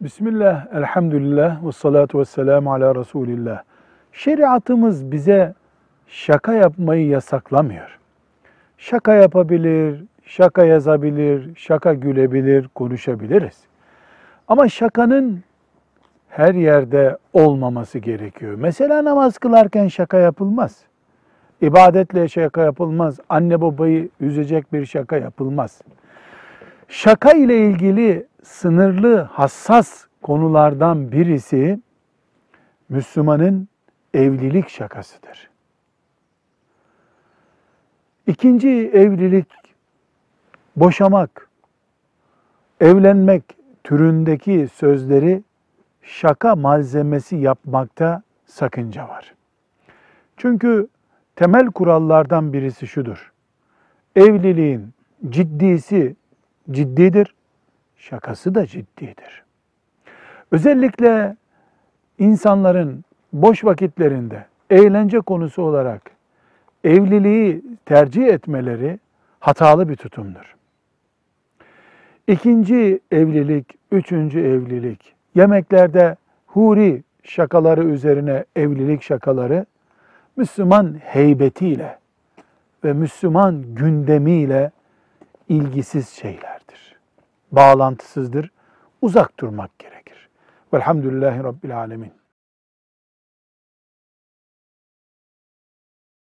Bismillah, elhamdülillah, ve salatu ve selamu ala Resulillah. Şeriatımız bize şaka yapmayı yasaklamıyor. Şaka yapabilir, şaka yazabilir, şaka gülebilir, konuşabiliriz. Ama şakanın her yerde olmaması gerekiyor. Mesela namaz kılarken şaka yapılmaz. İbadetle şaka yapılmaz. Anne babayı üzecek bir şaka yapılmaz. Şaka ile ilgili sınırlı, hassas konulardan birisi Müslümanın evlilik şakasıdır. İkinci evlilik, boşamak, evlenmek türündeki sözleri şaka malzemesi yapmakta sakınca var. Çünkü temel kurallardan birisi şudur: evliliğin ciddisi ciddidir, şakası da ciddidir. Özellikle insanların boş vakitlerinde eğlence konusu olarak evliliği tercih etmeleri hatalı bir tutumdur. İkinci evlilik, üçüncü evlilik, yemeklerde huri şakaları üzerine evlilik şakaları Müslüman heybetiyle ve Müslüman gündemiyle ilgisiz şeylerdir. Bağlantısızdır. Uzak durmak gerekir. Velhamdülillahi Rabbil Alemin.